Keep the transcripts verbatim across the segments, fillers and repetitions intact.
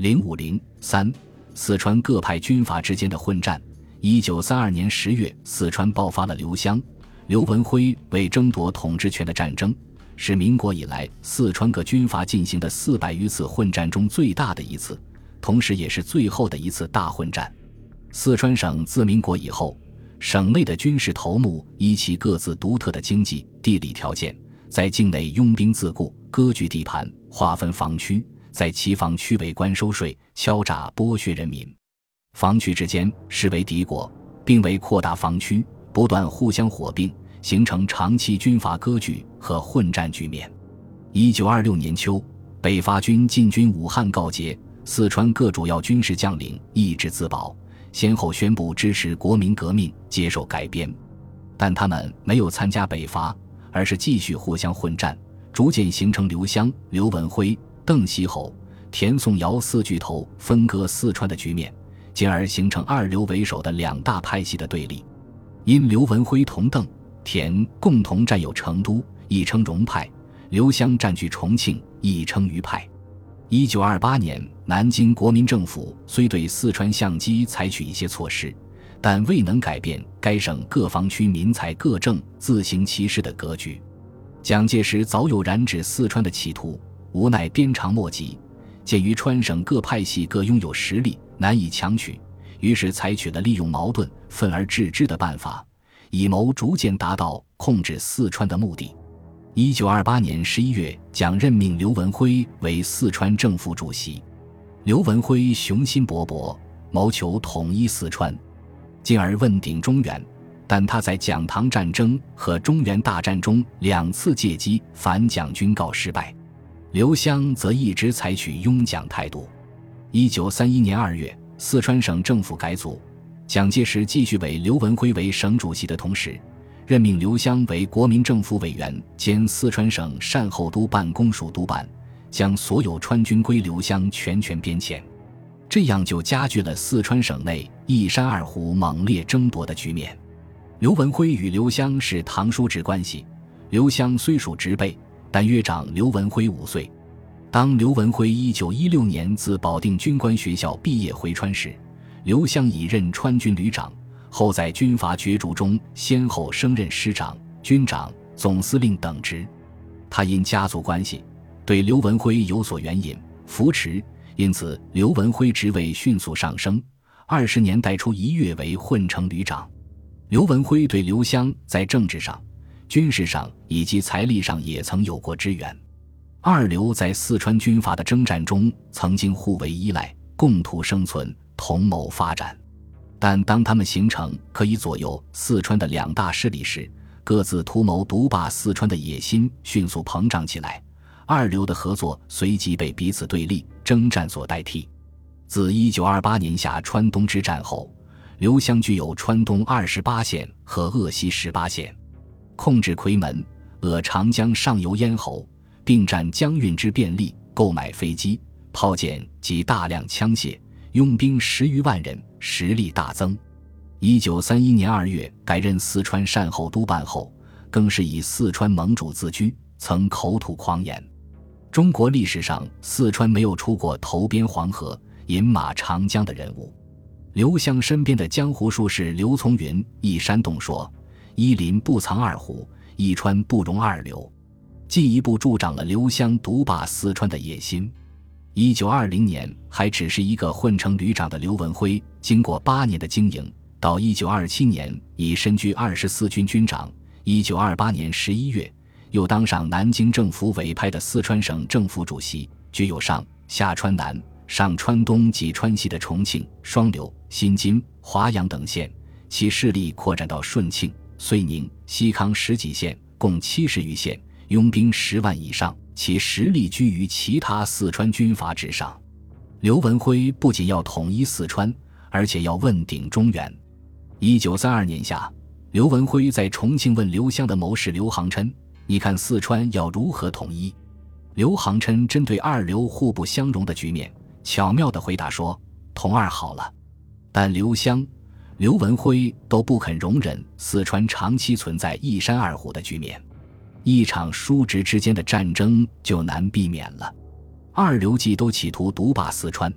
零五零三四川各派军阀之间的混战。一九三二年十月，四川爆发了刘湘、刘文辉为争夺统治权的战争，是民国以来四川各军阀进行的四百余次混战中最大的一次，同时也是最后的一次大混战。四川省自民国以后，省内的军事头目依其各自独特的经济、地理条件，在境内拥兵自固，割据地盘，划分防区，在其防区为官收税，敲诈剥削人民。防区之间视为敌国，并为扩大防区，不断互相火并，形成长期军阀割据和混战局面。一九二六年秋，北伐军进军武汉告捷，四川各主要军事将领意志自保，先后宣布支持国民革命，接受改编。但他们没有参加北伐，而是继续互相混战，逐渐形成刘湘、刘文辉、邓锡侯、田颂尧四巨头分割四川的局面，进而形成二刘为首的两大派系的对立。因刘文辉同邓、田共同占有成都，亦称荣派；刘湘占据重庆，亦称余派。一九二八年，南京国民政府虽对四川相机采取一些措施，但未能改变该省各防区民财各政自行其事的格局。蒋介石早有染指四川的企图，无奈鞭长莫及，鉴于川省各派系各拥有实力，难以强取，于是采取了利用矛盾愤而治之的办法，以谋逐渐达到控制四川的目的。一九二八年十一月，蒋任命刘文辉为四川政府主席。刘文辉雄心勃勃，谋求统一四川，进而问鼎中原，但他在蒋唐战争和中原大战中两次借机反蒋军告失败。刘湘则一直采取拥蒋态度。一九三一年二月，四川省政府改组，蒋介石继续委刘文辉为省主席的同时，任命刘湘为国民政府委员兼四川省善后督办公署督办，将所有川军归刘湘全权编遣。这样就加剧了四川省内一山二湖猛烈争夺的局面。刘文辉与刘湘是堂叔侄关系，刘湘虽属侄辈，但约长刘文辉五岁。当刘文辉一九一六年自保定军官学校毕业回川时，刘湘已任川军旅长，后在军阀角逐中先后升任师长、军长、总司令等职。他因家族关系对刘文辉有所援引扶持，因此刘文辉职位迅速上升，二十年代初一跃为混成旅长。刘文辉对刘湘在政治上、军事上以及财力上也曾有过支援。二刘在四川军阀的征战中曾经互为依赖，共图生存，同谋发展。但当他们形成可以左右四川的两大势力时，各自图谋独霸四川的野心迅速膨胀起来，二刘的合作随即被彼此对立、征战所代替。自一九二八年夏川东之战后，刘湘具有川东二十八县和鄂西十八县，控制夔门、鄂长江上游咽喉，并占江运之便利，购买飞机、炮舰及大量枪械，拥兵十余万人，实力大增。一九三一年二月改任四川善后督办后，更是以四川盟主自居，曾口吐狂言。中国历史上四川没有出过投鞭黄河、饮马长江的人物。刘湘身边的江湖术士刘从云一山洞说，一林不藏二虎，一川不容二流，进一步助长了刘湘独霸四川的野心。一九二零年还只是一个混成旅长的刘文辉，经过八年的经营，到一九二七年已身居二十四军军长。一九二八年十一月，又当上南京政府委派的四川省政府主席，具有上、下川南、上川东及川西的重庆、双流、新津、华阳等县，其势力扩展到顺庆、遂宁、西康十几县，共七十余县，拥兵十万以上，其实力居于其他四川军阀之上。刘文辉不仅要统一四川，而且要问鼎中原。一九三二年夏，刘文辉在重庆问刘湘的谋士刘航琛，你看四川要如何统一？刘航琛针对二刘互不相容的局面，巧妙地回答说，同二好了。但刘湘、刘文辉都不肯容忍四川长期存在一山二虎的局面，一场叔侄之间的战争就难避免了。二刘既都企图独霸四川，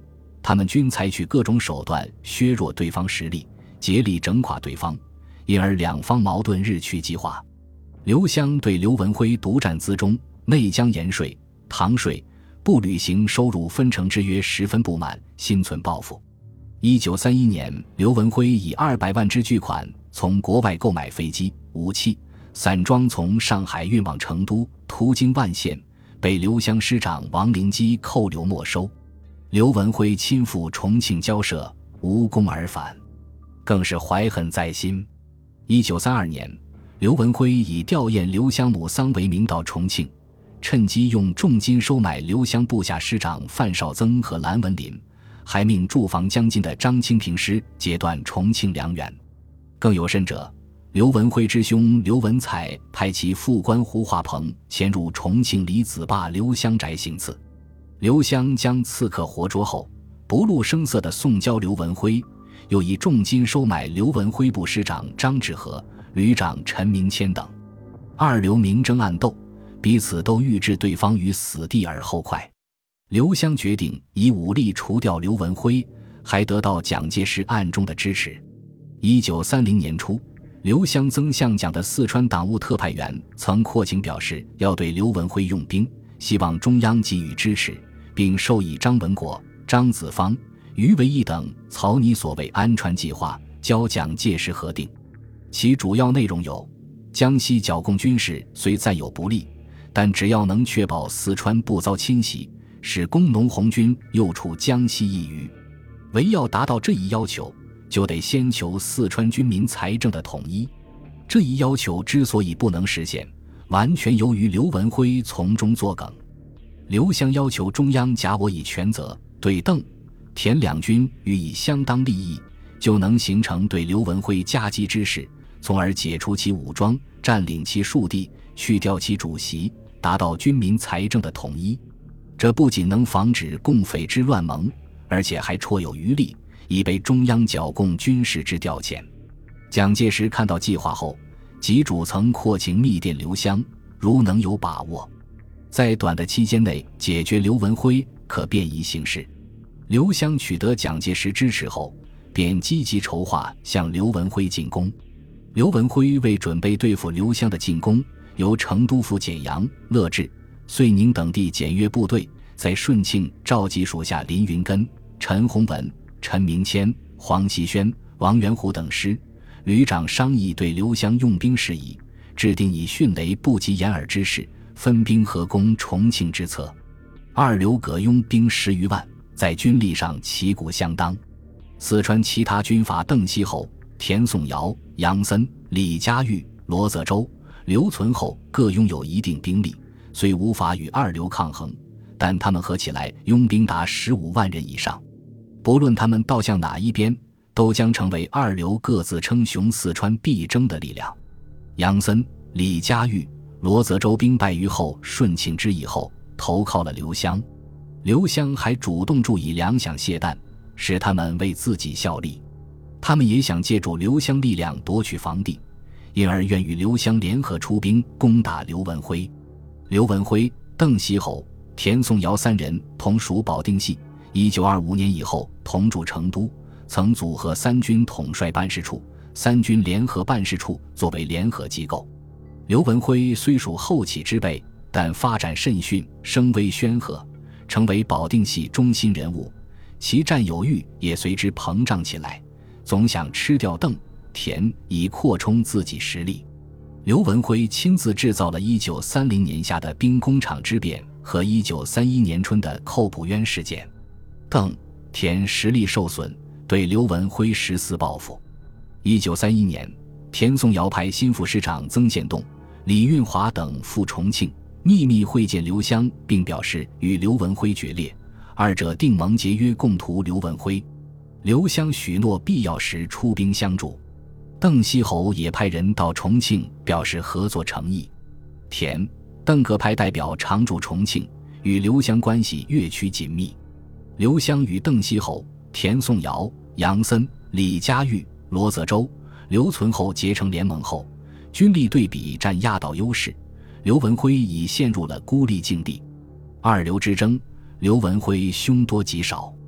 他们均采取各种手段削弱对方实力，竭力整垮对方，因而两方矛盾日趋激化。刘湘对刘文辉独占资中、内江盐税、糖税，不履行收入分成之约十分不满，心存报复。一九三一年，刘文辉以二百万之巨款从国外购买飞机、武器、散装，从上海运往成都，途经万县，被刘湘师长王灵基扣留没收。刘文辉亲赴重庆交涉，无功而返，更是怀恨在心。一九三二年，刘文辉以吊唁刘湘母丧为名到重庆，趁机用重金收买刘湘部下师长范绍曾和蓝文林，还命驻防江津的张清平师截断重庆粮源。更有甚者，刘文辉之兄刘文彩派其副官胡化鹏潜入重庆李子坝刘湘宅行刺。刘湘将刺客活捉后，不露声色地送交刘文辉，又以重金收买刘文辉部师长张志和、旅长陈明谦等。二刘明争暗斗，彼此都欲置对方于死地而后快。刘湘决定以武力除掉刘文辉，还得到蒋介石暗中的支持。一九三零年初，刘湘曾向蒋的四川党务特派员曾扩请表示要对刘文辉用兵，希望中央给予支持，并授意张文国、张子芳、于维义等草拟所谓安川计划，交蒋介石核定。其主要内容有：江西剿共军事虽暂有不利，但只要能确保四川不遭侵袭，使工农红军诱处江西一隅。唯要达到这一要求，就得先求四川军民财政的统一。这一要求之所以不能实现，完全由于刘文辉从中作梗。刘湘要求中央假我以权责，对邓、田两军予以相当利益，就能形成对刘文辉夹击之势，从而解除其武装，占领其属地，去掉其主席，达到军民财政的统一。这不仅能防止共匪之乱盟，而且还绰有余力，以备中央剿共军事之调遣。蒋介石看到计划后，即主曾扩请密电刘湘，如能有把握，在短的期间内解决刘文辉，可便宜行事。刘湘取得蒋介石支持后，便积极筹划向刘文辉进攻。刘文辉为准备对付刘湘的进攻，由成都府简阳、乐至、遂宁等地检阅部队，在顺庆召集属下林云根、陈洪文、陈明谦、黄其轩、王元虎等师，旅长商议对刘湘用兵事宜，制定以迅雷不及掩耳之势分兵合攻重庆之策。二刘葛拥兵十余万，在军力上旗鼓相当。四川其他军阀邓锡侯、田颂尧、杨森、李家玉、罗泽洲、刘存厚各拥有一定兵力，虽无法与二刘抗衡，但他们合起来拥兵达十五万人以上。不论他们倒向哪一边，都将成为二刘各自称雄四川必争的力量。杨森、李家玉、罗泽洲兵败于后顺庆之役后，投靠了刘湘。刘湘还主动助以粮饷械弹，使他们为自己效力。他们也想借助刘湘力量夺取防地，因而愿与刘湘联合出兵攻打刘文辉。刘文辉、邓锡侯、田颂尧三人同属保定系，一九二五年以后同驻成都，曾组合三军统帅办事处、三军联合办事处作为联合机构。刘文辉虽属后起之辈，但发展甚迅，声威煊赫，成为保定系中心人物，其占有欲也随之膨胀起来，总想吃掉邓、田以扩充自己实力。刘文辉亲自制造了一九三零年夏的兵工厂之变和一九三一年春的寇朴渊事件。邓、田实力受损，对刘文辉实施报复。一九三一年，田颂尧派心腹师长曾宪栋、李运华等赴重庆，秘密会见刘湘，并表示与刘文辉决裂，二者定盟结约，共图刘文辉。刘湘许诺必要时出兵相助。邓锡侯也派人到重庆表示合作诚意。田、邓各派代表常驻重庆，与刘湘关系越趋紧密。刘湘与邓锡侯、田颂尧、杨森、李家玉、罗泽洲、刘存厚结成联盟后，军力对比占压倒优势，刘文辉已陷入了孤立境地。二刘之争，刘文辉凶多吉少。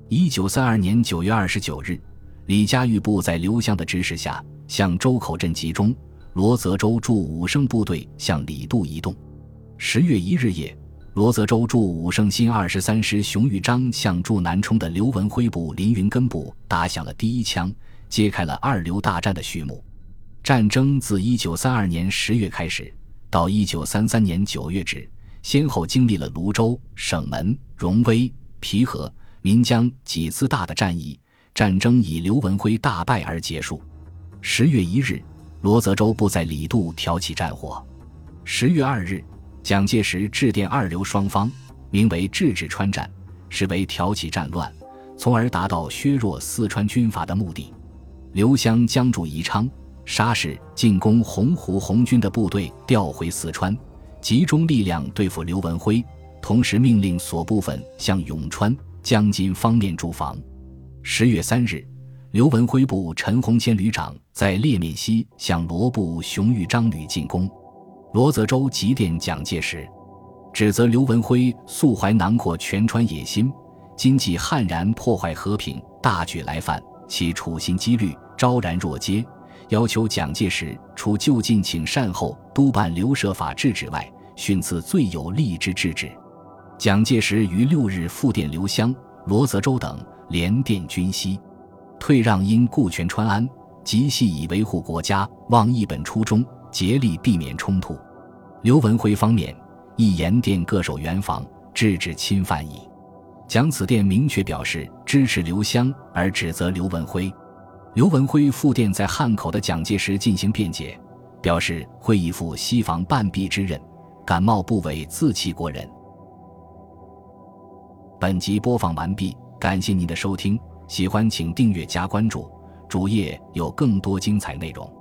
一九三二年九月二十九日，李家玉部在刘湘的指使下向周口镇集中，罗泽州驻武生部队向李杜移动。十月一日夜，罗泽州驻武生新二十三师熊玉章向驻南充的刘文辉部林云根部打响了第一枪，揭开了二流大战的序幕。战争自一九三二年十月开始，到一九三三年九月止，先后经历了泸州、省门、荣威、皮河、岷江几次大的战役，战争以刘文辉大败而结束。十月一日，罗泽州部在李杜挑起战火。十月二日，蒋介石致电二流双方，名为制止川战，实为挑起战乱，从而达到削弱四川军阀的目的。刘湘将驻宜昌、沙市进攻洪湖红军的部队调回四川，集中力量对付刘文辉，同时命令所部分向永川、江津方面驻防。十月三日，刘文辉部陈洪谦旅长在列面西向罗部熊玉章旅进攻。罗泽州急电蒋介石，指责刘文辉素怀囊括全川野心，今既悍然破坏和平，大举来犯，其处心积虑，昭然若揭，要求蒋介石除就近请善后督办刘舍法制止外，训赐最有力之制止。蒋介石于六日复电刘湘、罗泽州等，连电军西，退让因顾全川安，即系以维护国家，望一本初衷，竭力避免冲突。刘文辉方面亦严电各守原防，制止侵犯矣。蒋此电明确表示支持刘湘，而指责刘文辉。刘文辉复电在汉口的蒋介石进行辩解，表示会以负西防半壁之任，敢冒不伪自弃国人。本集播放完毕，感谢您的收听，喜欢请订阅加关注，主页有更多精彩内容。